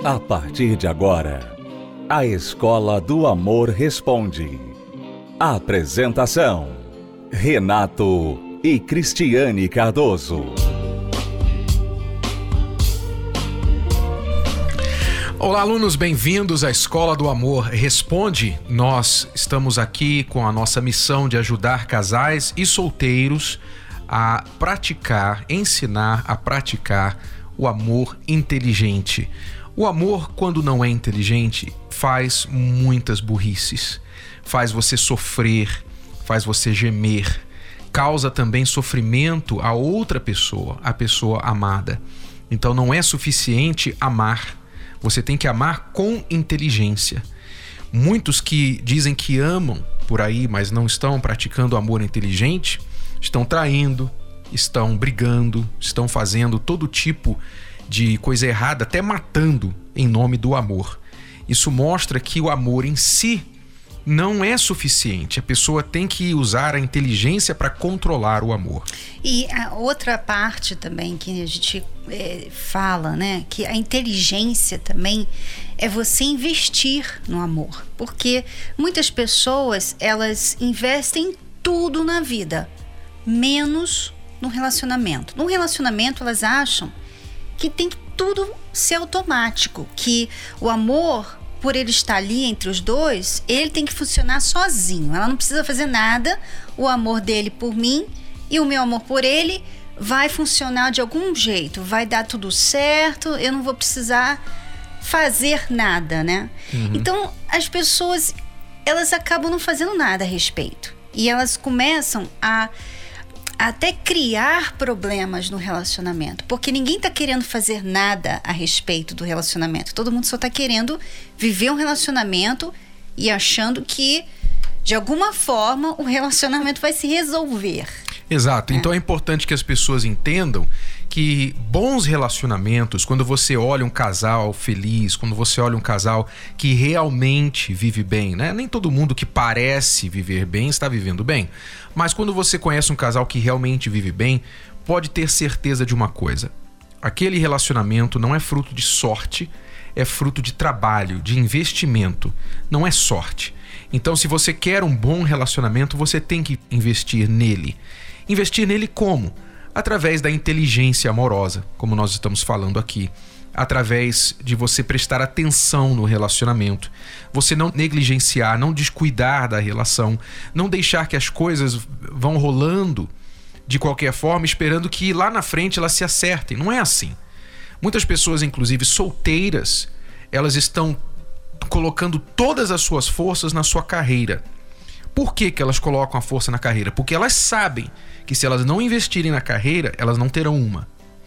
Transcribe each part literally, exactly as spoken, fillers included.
A partir de agora, a Escola do Amor Responde. Apresentação: Renato e Cristiane Cardoso. Olá, alunos, bem-vindos à Escola do Amor Responde. Nós estamos aqui com a nossa missão de ajudar casais e solteiros a praticar, ensinar a praticar o amor inteligente. O amor, quando não é inteligente, faz muitas burrices, faz você sofrer, faz você gemer, causa também sofrimento a outra pessoa, a pessoa amada. Então não é suficiente amar, você tem que amar com inteligência. Muitos que dizem que amam por aí, mas não estão praticando amor inteligente, estão traindo, estão brigando, estão fazendo todo tipo de coisa errada, até matando em nome do amor. Isso mostra que o amor em si não é suficiente. A pessoa tem que usar a inteligência para controlar o amor. E a outra parte também que a gente é, fala, né? Que a inteligência também é você investir no amor. Porque muitas pessoas, elas investem tudo na vida, menos no relacionamento. No relacionamento, elas acham que tem que tudo ser automático, que o amor, por ele estar ali entre os dois, ele tem que funcionar sozinho. Ela não precisa fazer nada, o amor dele por mim e o meu amor por ele vai funcionar de algum jeito, vai dar tudo certo, eu não vou precisar fazer nada, né? Uhum. Então, as pessoas, elas acabam não fazendo nada a respeito. E elas começam a até criar problemas no relacionamento, porque ninguém tá querendo fazer nada a respeito do relacionamento. Todo mundo só tá querendo viver um relacionamento e achando que, de alguma forma, o relacionamento vai se resolver. Exato. É. Então é importante que as pessoas entendam que bons relacionamentos, quando você olha um casal feliz, quando você olha um casal que realmente vive bem, né? Nem todo mundo que parece viver bem está vivendo bem. Mas quando você conhece um casal que realmente vive bem, pode ter certeza de uma coisa: aquele relacionamento não é fruto de sorte, é fruto de trabalho, de investimento, não é sorte. Então, se você quer um bom relacionamento, você tem que investir nele. Investir nele como? Através da inteligência amorosa, como nós estamos falando aqui. Através de você prestar atenção no relacionamento. Você não negligenciar, não descuidar da relação. Não deixar que as coisas vão rolando de qualquer forma, esperando que lá na frente elas se acertem. Não é assim. Muitas pessoas, inclusive solteiras, elas estão colocando todas as suas forças na sua carreira. Por que que elas colocam a força na carreira? Porque elas sabem que se elas não investirem na carreira, elas não terão uma.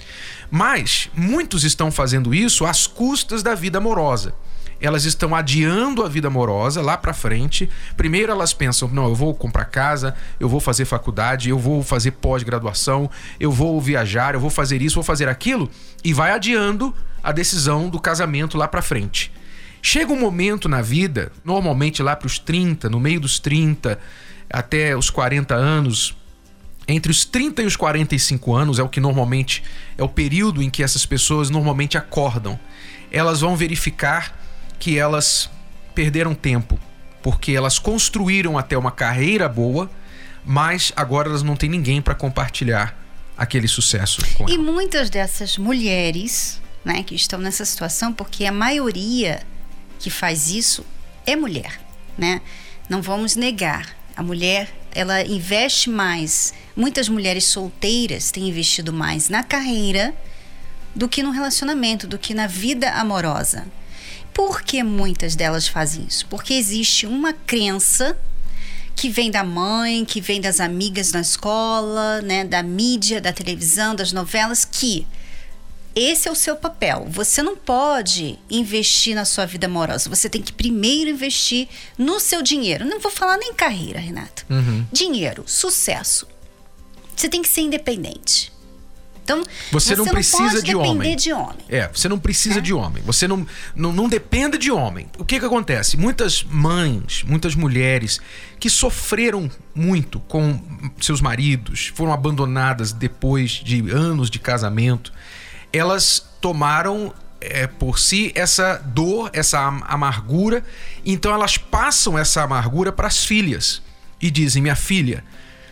Mas muitos estão fazendo isso às custas da vida amorosa. Elas estão adiando a vida amorosa lá pra frente. Primeiro elas pensam, não, eu vou comprar casa, eu vou fazer faculdade, eu vou fazer pós-graduação, eu vou viajar, eu vou fazer isso, vou fazer aquilo, e vai adiando a decisão do casamento lá pra frente. Chega um momento na vida, normalmente lá para os trinta, no meio dos trinta até os quarenta anos, entre os trinta e os quarenta e cinco anos é o que normalmente é o período em que essas pessoas normalmente acordam. Elas vão verificar que elas perderam tempo, porque elas construíram até uma carreira boa, mas agora elas não têm ninguém para compartilhar aquele sucesso com ela. E muitas dessas mulheres, né, que estão nessa situação, porque a maioria que faz isso é mulher, né? Não vamos negar. A mulher, ela investe mais. Muitas mulheres solteiras têm investido mais na carreira do que no relacionamento, do que na vida amorosa. Por que muitas delas fazem isso? Porque existe uma crença que vem da mãe, que vem das amigas na escola, né, da mídia, da televisão, das novelas, que esse é o seu papel. Você não pode investir na sua vida amorosa. Você tem que primeiro investir no seu dinheiro. Não vou falar nem carreira, Renato. Uhum. Dinheiro, sucesso. Você tem que ser independente. Então, você, você não, não precisa pode de depender homem. de homem. É, você não precisa é. de homem. Você não, não, não dependa de homem. O que que acontece? Muitas mães, muitas mulheres que sofreram muito com seus maridos, foram abandonadas depois de anos de casamento, elas tomaram é, por si essa dor, essa amargura. Então elas passam essa amargura para as filhas e dizem: minha filha,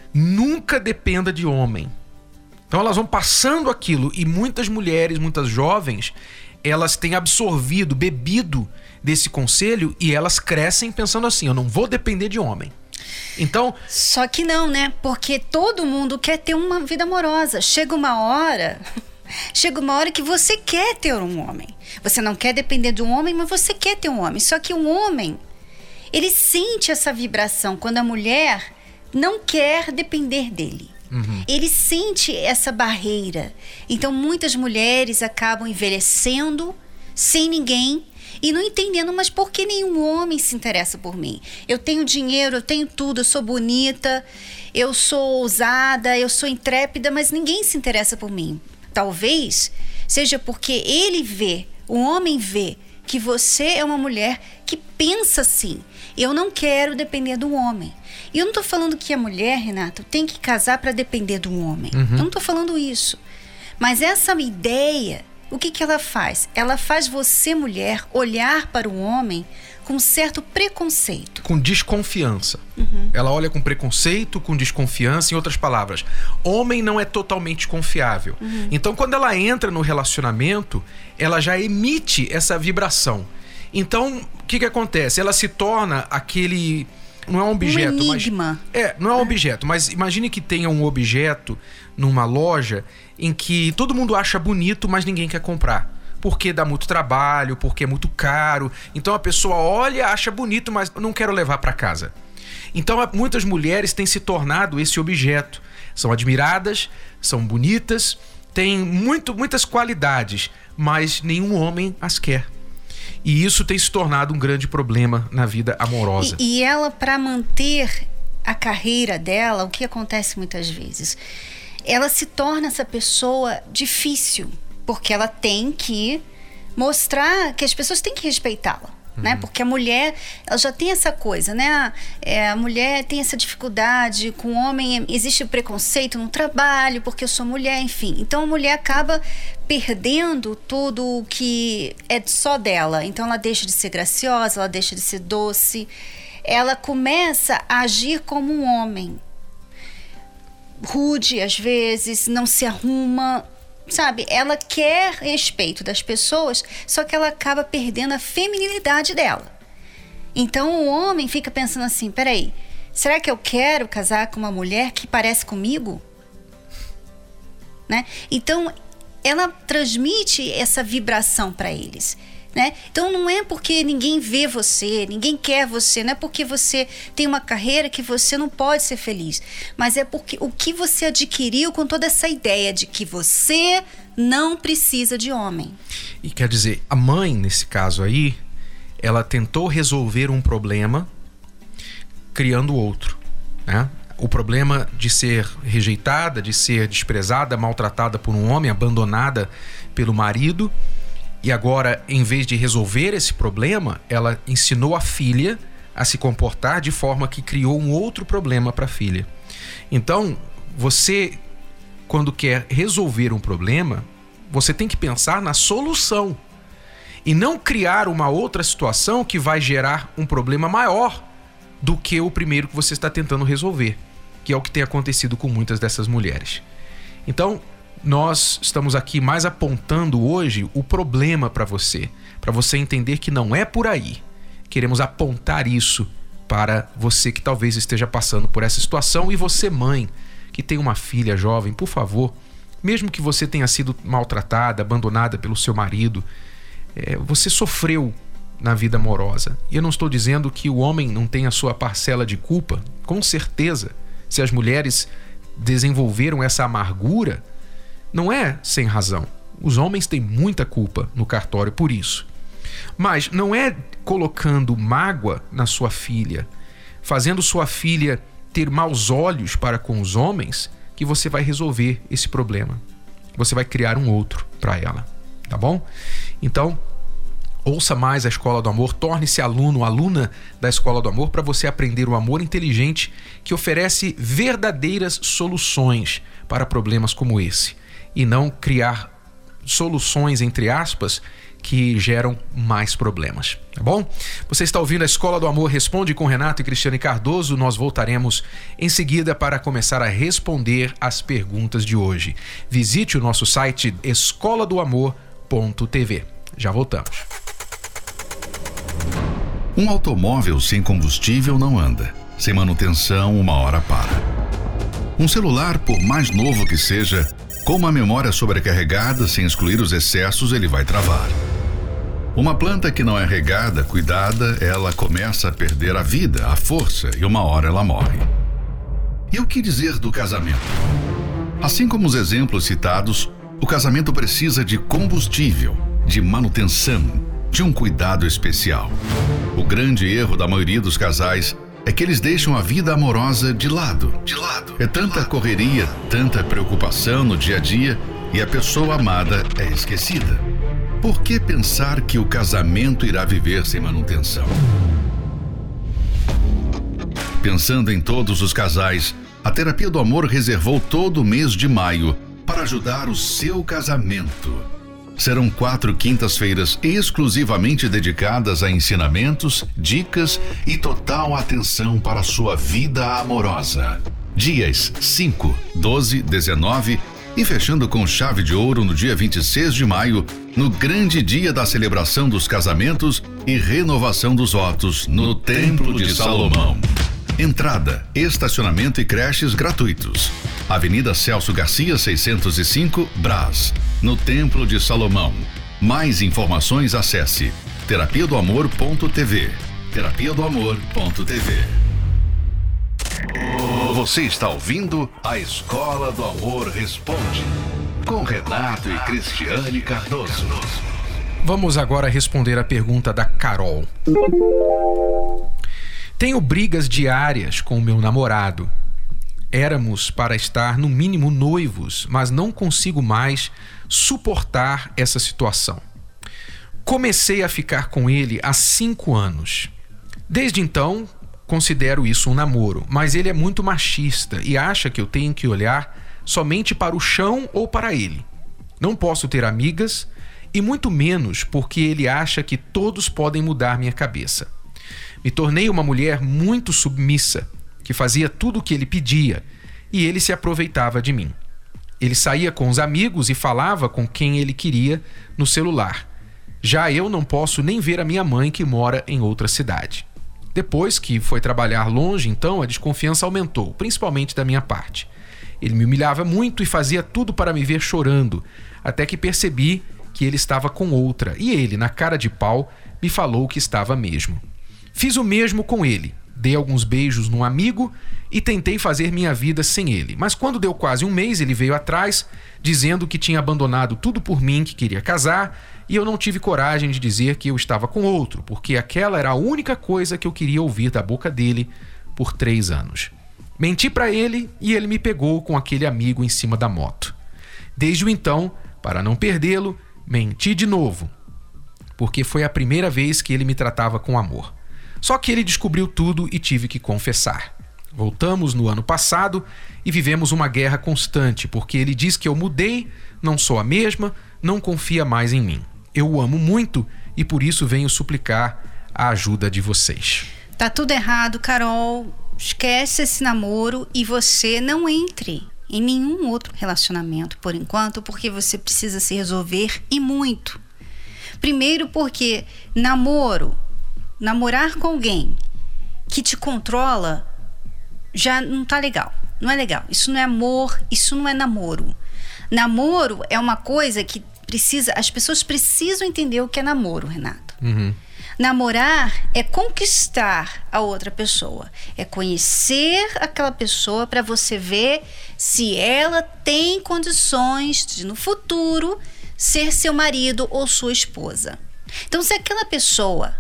nunca dependa de homem. Então elas vão passando aquilo, e muitas mulheres, muitas jovens, elas têm absorvido, bebido desse conselho, e elas crescem pensando assim: eu não vou depender de homem. Então, só que não, né? Porque todo mundo quer ter uma vida amorosa. Chega uma hora, chega uma hora que você quer ter um homem. Você não quer depender de um homem, mas você quer ter um homem. Só que um homem, ele sente essa vibração quando a mulher não quer depender dele. Uhum. Ele sente essa barreira. Então muitas mulheres acabam envelhecendo sem ninguém e não entendendo, mas por que nenhum homem se interessa por mim? Eu tenho dinheiro, eu tenho tudo, eu sou bonita, eu sou ousada, eu sou intrépida, mas ninguém se interessa por mim. Talvez seja porque ele vê, o homem vê que você é uma mulher que pensa assim: eu não quero depender do homem. E eu não estou falando que a mulher, Renato, tem que casar para depender do homem. Uhum. Eu não estou falando isso. Mas essa ideia, o que, que ela faz? Ela faz você, mulher, olhar para o homem com um certo preconceito. Com desconfiança. Uhum. Ela olha com preconceito, com desconfiança. Em outras palavras, homem não é totalmente confiável. Uhum. Então, quando ela entra no relacionamento, ela já emite essa vibração. Então, o que, que acontece? Ela se torna aquele... Não é um objeto, um enigma. Mas... É, não é um objeto, mas imagine que tenha um objeto numa loja em que todo mundo acha bonito, mas ninguém quer comprar. Porque dá muito trabalho, porque é muito caro. Então a pessoa olha, acha bonito, mas não quero levar para casa. Então muitas mulheres têm se tornado esse objeto. São admiradas, são bonitas, têm muito, muitas qualidades, mas nenhum homem as quer. E isso tem se tornado um grande problema na vida amorosa. E, e ela, para manter a carreira dela, o que acontece muitas vezes? Ela se torna essa pessoa difícil, porque ela tem que mostrar que as pessoas têm que respeitá-la. Uhum. Né? Porque a mulher, ela já tem essa coisa, né? É, a mulher tem essa dificuldade com o homem, existe o preconceito no trabalho, porque eu sou mulher, enfim. Então a mulher acaba perdendo tudo o que é só dela. Então ela deixa de ser graciosa, ela deixa de ser doce. Ela começa a agir como um homem. Rude, às vezes, não se arruma... Sabe, ela quer respeito das pessoas, só que ela acaba perdendo a feminilidade dela. Então o homem fica pensando assim: peraí, será que eu quero casar com uma mulher que parece comigo? Né? Então ela transmite essa vibração para eles. Né? Então não é porque ninguém vê você, ninguém quer você, não é porque você tem uma carreira que você não pode ser feliz, mas é porque o que você adquiriu com toda essa ideia de que você não precisa de homem. E quer dizer, a mãe, nesse caso aí, ela tentou resolver um problema criando outro, né? O problema de ser rejeitada, de ser desprezada, maltratada por um homem, abandonada pelo marido. E agora, em vez de resolver esse problema, ela ensinou a filha a se comportar de forma que criou um outro problema para a filha. Então, você, quando quer resolver um problema, você tem que pensar na solução e não criar uma outra situação que vai gerar um problema maior do que o primeiro que você está tentando resolver, que é o que tem acontecido com muitas dessas mulheres. Então, nós estamos aqui mais apontando hoje o problema para você, para você entender que não é por aí. Queremos apontar isso para você que talvez esteja passando por essa situação, e você, mãe, que tem uma filha jovem, por favor, mesmo que você tenha sido maltratada, abandonada pelo seu marido, é, você sofreu na vida amorosa. E eu não estou dizendo que o homem não tem a sua parcela de culpa, com certeza. Se as mulheres desenvolveram essa amargura, não é sem razão. Os homens têm muita culpa no cartório por isso. Mas não é colocando mágoa na sua filha, fazendo sua filha ter maus olhos para com os homens, que você vai resolver esse problema. Você vai criar um outro para ela, tá bom? Então, ouça mais a Escola do Amor, torne-se aluno, aluna da Escola do Amor, para você aprender o amor inteligente que oferece verdadeiras soluções para problemas como esse. E não criar soluções, entre aspas, que geram mais problemas, tá bom? Você está ouvindo a Escola do Amor Responde com Renato e Cristiane Cardoso. Nós voltaremos em seguida para começar a responder as perguntas de hoje. Visite o nosso site escola do amor ponto t v. Já voltamos. Um automóvel sem combustível não anda. Sem manutenção, uma hora para. Um celular, por mais novo que seja, com uma memória sobrecarregada, sem excluir os excessos, ele vai travar. Uma planta que não é regada, cuidada, ela começa a perder a vida, a força, e uma hora ela morre. E o que dizer do casamento? Assim como os exemplos citados, o casamento precisa de combustível, de manutenção, de um cuidado especial. O grande erro da maioria dos casais é que eles deixam a vida amorosa de lado. De lado. É tanta correria, tanta preocupação no dia a dia e a pessoa amada é esquecida. Por que pensar que o casamento irá viver sem manutenção? Pensando em todos os casais, a Terapia do Amor reservou todo o mês de maio para ajudar o seu casamento. Serão quatro quintas-feiras exclusivamente dedicadas a ensinamentos, dicas e total atenção para a sua vida amorosa. Dias cinco, doze, dezenove e fechando com chave de ouro no dia vinte e seis de maio, no grande dia da celebração dos casamentos e renovação dos votos no Templo de Salomão. Entrada, estacionamento e creches gratuitos. Avenida Celso Garcia, seiscentos e cinco, Brás, no Templo de Salomão. Mais informações, acesse terapia do amor ponto t v. terapia do amor ponto t v. Você está ouvindo a Escola do Amor Responde, com Renato e Cristiane Cardoso. Vamos agora responder a pergunta da Carol. Tenho brigas diárias com o meu namorado. Éramos para estar no mínimo noivos, mas não consigo mais suportar essa situação. Comecei a ficar com ele há cinco anos. Desde então, considero isso um namoro, mas ele é muito machista e acha que eu tenho que olhar somente para o chão ou para ele. Não posso ter amigas e muito menos porque ele acha que todos podem mudar minha cabeça. Me tornei uma mulher muito submissa, que fazia tudo o que ele pedia e ele se aproveitava de mim. Ele saía com os amigos e falava com quem ele queria no celular. Já eu não posso nem ver a minha mãe que mora em outra cidade. Depois que foi trabalhar longe, então, a desconfiança aumentou, principalmente da minha parte. Ele me humilhava muito e fazia tudo para me ver chorando, até que percebi que ele estava com outra, e ele, na cara de pau, me falou que estava mesmo. Fiz o mesmo com ele, dei alguns beijos num amigo e tentei fazer minha vida sem ele. Mas quando deu quase um mês, ele veio atrás, dizendo que tinha abandonado tudo por mim, que queria casar, e eu não tive coragem de dizer que eu estava com outro, porque aquela era a única coisa que eu queria ouvir da boca dele por três anos. Menti para ele e ele me pegou com aquele amigo em cima da moto. Desde o então, para não perdê-lo, menti de novo, porque foi a primeira vez que ele me tratava com amor. Só que ele descobriu tudo e tive que confessar. Voltamos no ano passado e vivemos uma guerra constante, porque ele diz que eu mudei, não sou a mesma, não confia mais em mim. Eu o amo muito e por isso venho suplicar a ajuda de vocês. Tá tudo errado, Carol. Esquece esse namoro e você não entre em nenhum outro relacionamento por enquanto, porque você precisa se resolver e muito. Primeiro porque namoro, namorar com alguém que te controla já não tá legal, não é legal. Isso não é amor, isso não é namoro. Namoro é uma coisa que precisa, as pessoas precisam entender o que é namoro, Renato. Uhum. Namorar é conquistar a outra pessoa, é conhecer aquela pessoa para você ver se ela tem condições de no futuro ser seu marido ou sua esposa. Então, se aquela pessoa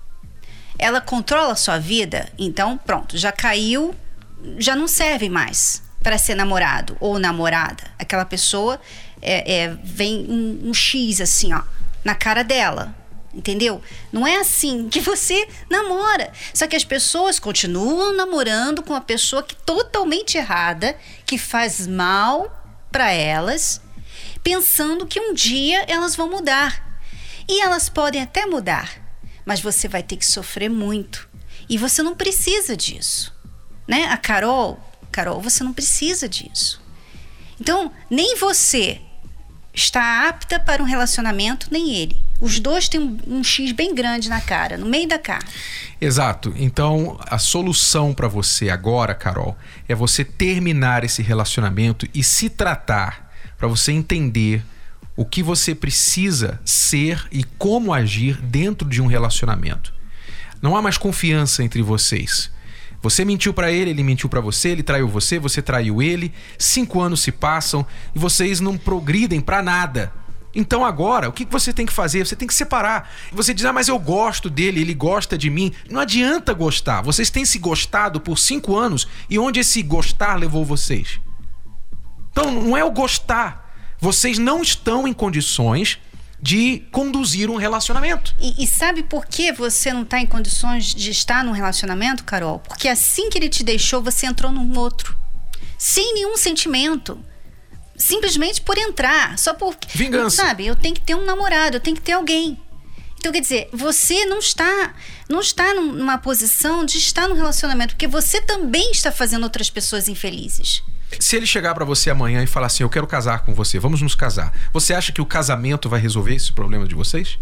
ela controla a sua vida, então pronto, já caiu, já não serve mais para ser namorado ou namorada. Aquela pessoa é, é, vem um, um X assim, ó, na cara dela, entendeu? Não é assim que você namora. Só que as pessoas continuam namorando com uma pessoa que totalmente errada, que faz mal para elas, pensando que um dia elas vão mudar. E elas podem até mudar, mas você vai ter que sofrer muito. E você não precisa disso, né? A Carol, Carol, você não precisa disso. Então, nem você está apta para um relacionamento, nem ele. Os dois têm um, um X bem grande na cara, no meio da cara. Exato. Então, a solução para você agora, Carol, é você terminar esse relacionamento e se tratar, para você entender o que você precisa ser e como agir dentro de um relacionamento. Não há mais confiança entre vocês. Você mentiu para ele, ele mentiu para você, ele traiu você, você traiu ele. Cinco anos se passam e vocês não progridem para nada. Então agora, o que você tem que fazer? Você tem que separar. Você diz, ah, mas eu gosto dele, ele gosta de mim. Não adianta gostar. Vocês têm se gostado por cinco anos e onde esse gostar levou vocês? Então não é o gostar. Vocês não estão em condições de conduzir um relacionamento. E, e sabe por que você não está em condições de estar num relacionamento, Carol? Porque assim que ele te deixou, você entrou num outro. Sem nenhum sentimento. Simplesmente por entrar. Só porque... Vingança. Sabe, eu tenho que ter um namorado, eu tenho que ter alguém. Então, quer dizer, você não está, não está numa posição de estar num relacionamento, porque você também está fazendo outras pessoas infelizes. Se ele chegar pra você amanhã e falar assim, eu quero casar com você, vamos nos casar. Você acha que o casamento vai resolver esse problema de vocês?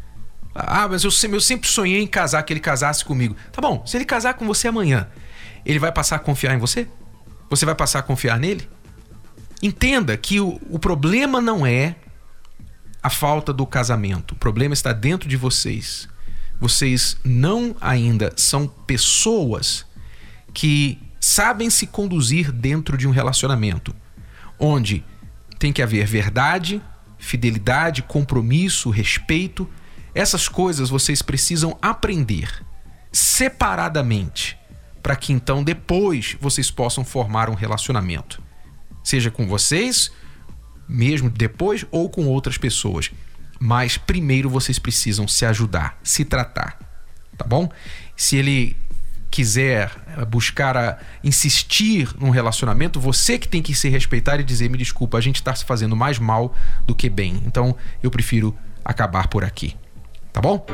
Ah, mas eu, eu sempre sonhei em casar, que ele casasse comigo. Tá bom, se ele casar com você amanhã, ele vai passar a confiar em você? Você vai passar a confiar nele? Entenda que o, o problema não é a falta do casamento. O problema está dentro de vocês. Vocês não ainda são pessoas que sabem se conduzir dentro de um relacionamento onde tem que haver verdade, fidelidade, compromisso, respeito. Essas coisas vocês precisam aprender separadamente para que então depois vocês possam formar um relacionamento. Seja com vocês, mesmo depois, ou com outras pessoas. Mas primeiro vocês precisam se ajudar, se tratar, tá bom? Se ele quiser buscar a insistir num relacionamento, você que tem que se respeitar e dizer, me desculpa, a gente está se fazendo mais mal do que bem. Então eu prefiro acabar por aqui, tá bom?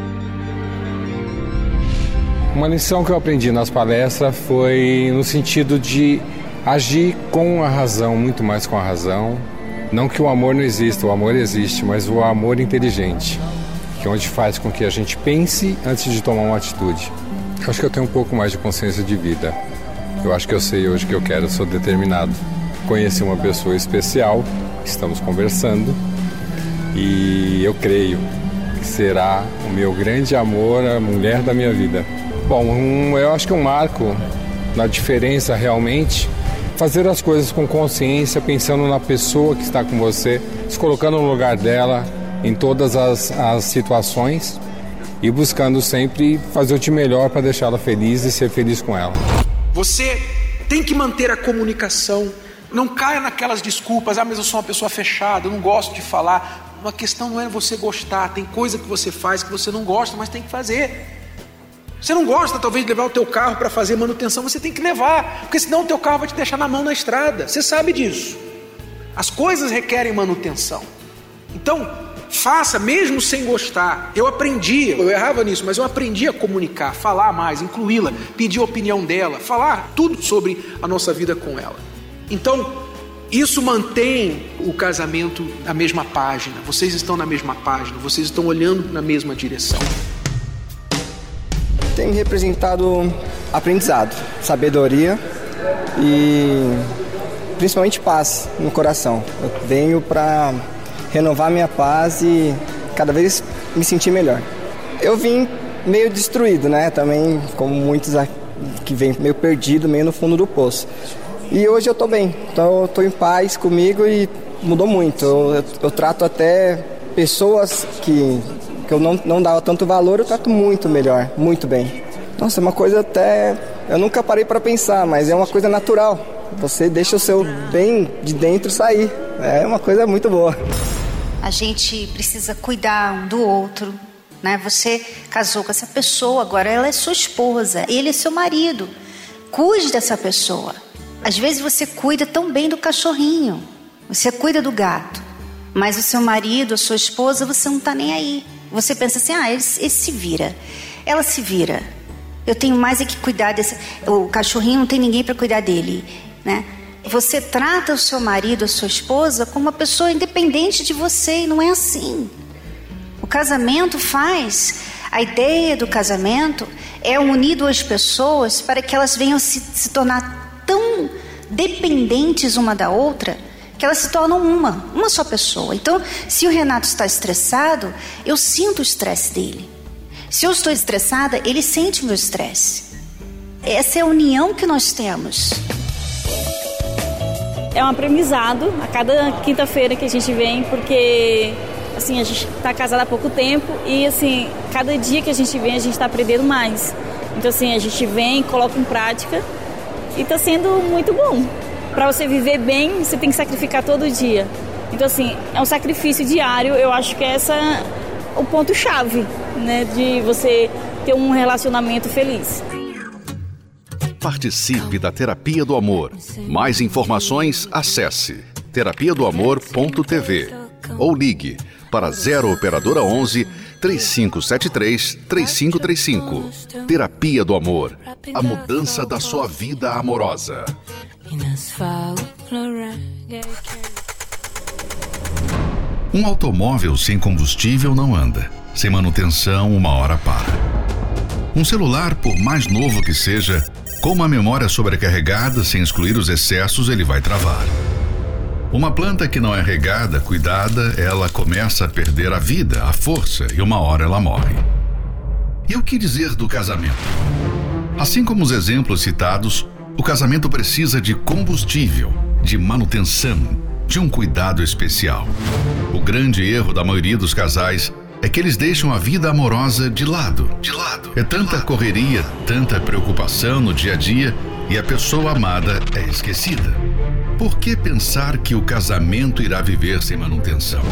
Uma lição que eu aprendi nas palestras foi no sentido de agir com a razão, muito mais com a razão. Não que o amor não exista, o amor existe, mas o amor inteligente, que é onde faz com que a gente pense antes de tomar uma atitude. Eu acho que eu tenho um pouco mais de consciência de vida. Eu acho que eu sei hoje o que eu quero, eu sou determinado. Conheci uma pessoa especial, estamos conversando, e eu creio que será o meu grande amor, a mulher da minha vida. Bom, um, eu acho que um marco na diferença realmente, fazer as coisas com consciência, pensando na pessoa que está com você, se colocando no lugar dela em todas as, as situações e buscando sempre fazer o de melhor para deixá-la feliz e ser feliz com ela. Você tem que manter a comunicação. Não caia naquelas desculpas, ah, mas eu sou uma pessoa fechada, eu não gosto de falar. Uma questão não é você gostar, tem coisa que você faz que você não gosta, mas tem que fazer. Você não gosta talvez de levar o teu carro para fazer manutenção, você tem que levar, porque senão o teu carro vai te deixar na mão na estrada. Você sabe disso. As coisas requerem manutenção. Então, faça mesmo sem gostar. Eu aprendi, eu errava nisso, mas eu aprendi a comunicar, falar mais, incluí-la, pedir a opinião dela, falar tudo sobre a nossa vida com ela. Então, isso mantém o casamento na mesma página. Vocês estão na mesma página, vocês estão olhando na mesma direção. Tem representado aprendizado, sabedoria e principalmente paz no coração. Eu venho para renovar minha paz e cada vez me sentir melhor. Eu vim meio destruído, né? Também como muitos que vêm meio perdido, meio no fundo do poço. E hoje eu tô bem, então eu tô em paz comigo e mudou muito. Eu, eu, eu trato até pessoas que... que eu não, não dava tanto valor, eu trato muito melhor, muito bem. Nossa, é uma coisa até... eu nunca parei para pensar, mas é uma coisa natural. Você deixa o seu bem de dentro sair. É uma coisa muito boa. A gente precisa cuidar um do outro, né? Você casou com essa pessoa, agora ela é sua esposa, ele é seu marido. Cuide dessa pessoa. Às vezes você cuida tão bem do cachorrinho, você cuida do gato. Mas o seu marido, a sua esposa, você não está nem aí. Você pensa assim, ah, ele, ele se vira. Ela se vira. Eu tenho mais é que cuidar desse... O cachorrinho não tem ninguém para cuidar dele, né? Você trata o seu marido, a sua esposa, como uma pessoa independente de você, e não é assim. O casamento faz... A ideia do casamento é unir duas pessoas para que elas venham se, se tornar tão dependentes uma da outra que elas se tornam uma, uma só pessoa. Então, se o Renato está estressado, eu sinto o estresse dele. Se eu estou estressada, ele sente o meu estresse. Essa é a união que nós temos. É um aprendizado a cada quinta-feira que a gente vem, porque... Assim, a gente está casada há pouco tempo e, assim, cada dia que a gente vem, a gente está aprendendo mais. Então, assim, a gente vem, coloca em prática e está sendo muito bom. Para você viver bem, você tem que sacrificar todo dia. Então, assim, é um sacrifício diário. Eu acho que esse é o ponto-chave, né, de você ter um relacionamento feliz. Participe da Terapia do Amor. Mais informações, acesse terapia do amor ponto t v ou ligue para zero operadora onze, três cinco sete três, três cinco três cinco. Terapia do Amor. A mudança da sua vida amorosa. Um automóvel sem combustível não anda. Sem manutenção, uma hora para. Um celular, por mais novo que seja, com uma memória sobrecarregada, sem excluir os excessos, ele vai travar. Uma planta que não é regada, cuidada, ela começa a perder a vida, a força, e uma hora ela morre. E o que dizer do casamento? Assim como os exemplos citados, o casamento precisa de combustível, de manutenção, de um cuidado especial. O grande erro da maioria dos casais é que eles deixam a vida amorosa de lado. De lado. É tanta correria, tanta preocupação no dia a dia, e a pessoa amada é esquecida. Por que pensar que o casamento irá viver sem manutenção?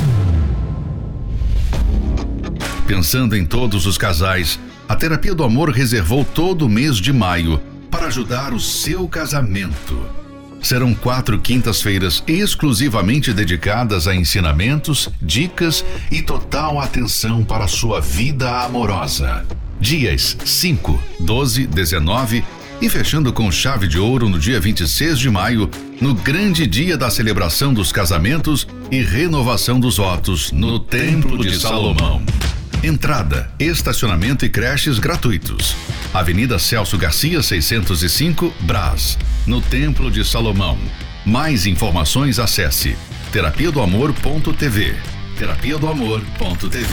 Pensando em todos os casais, a Terapia do Amor reservou todo o mês de maio para ajudar o seu casamento. Serão quatro quintas-feiras exclusivamente dedicadas a ensinamentos, dicas e total atenção para a sua vida amorosa. Dias cinco, doze, dezenove e fechando com chave de ouro no dia vinte e seis de maio, no grande dia da celebração dos casamentos e renovação dos votos no Templo de Salomão. Entrada, estacionamento e creches gratuitos. Avenida Celso Garcia, seiscentos e cinco, Brás, no Templo de Salomão. Mais informações, acesse terapia do amor ponto t v. terapia do amor ponto t v.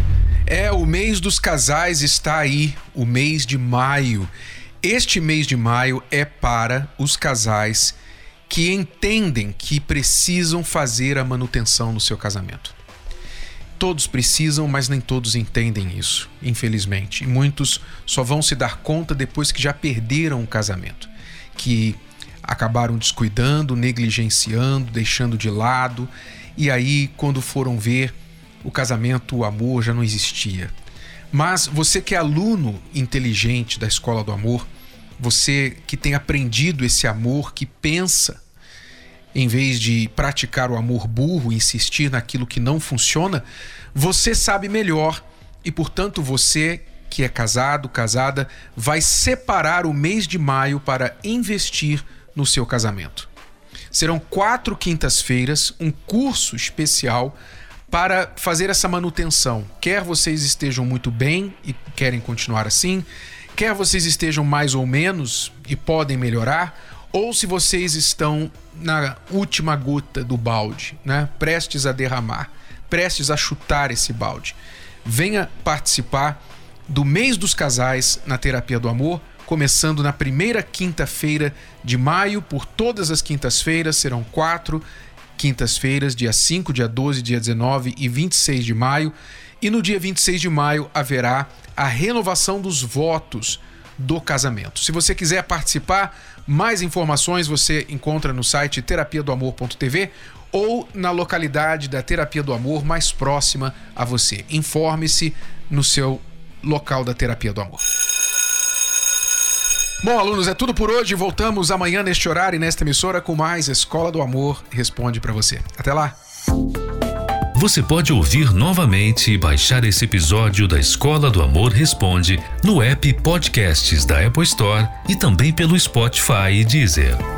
É, o mês dos casais está aí, o mês de maio. Este mês de maio é para os casais que entendem que precisam fazer a manutenção no seu casamento. Todos precisam, mas nem todos entendem isso, infelizmente. E muitos só vão se dar conta depois que já perderam o casamento, que acabaram descuidando, negligenciando, deixando de lado, e aí, quando foram ver, o casamento, o amor já não existia. Mas você que é aluno inteligente da Escola do Amor, você que tem aprendido esse amor, que pensa, em vez de praticar o amor burro, insistir naquilo que não funciona, você sabe melhor e, portanto, você que é casado, casada, vai separar o mês de maio para investir no seu casamento. Serão quatro quintas-feiras, um curso especial para fazer essa manutenção. Quer vocês estejam muito bem e querem continuar assim, quer vocês estejam mais ou menos e podem melhorar, ou se vocês estão na última gota do balde, né? Prestes a derramar, prestes a chutar esse balde. Venha participar do mês dos casais na Terapia do Amor, começando na primeira quinta-feira de maio. Por todas as quintas-feiras, serão quatro quintas-feiras, dia cinco, dia doze, dia dezenove e vinte e seis de maio. E no dia vinte e seis de maio haverá a renovação dos votos do casamento. Se você quiser participar, mais informações você encontra no site terapia do amor ponto t v ou na localidade da Terapia do Amor mais próxima a você. Informe-se no seu local da Terapia do Amor. Bom, alunos, é tudo por hoje. Voltamos amanhã neste horário e nesta emissora com mais Escola do Amor Responde para você. Até lá! Você pode ouvir novamente e baixar esse episódio da Escola do Amor Responde no app Podcasts da Apple Store e também pelo Spotify e Deezer.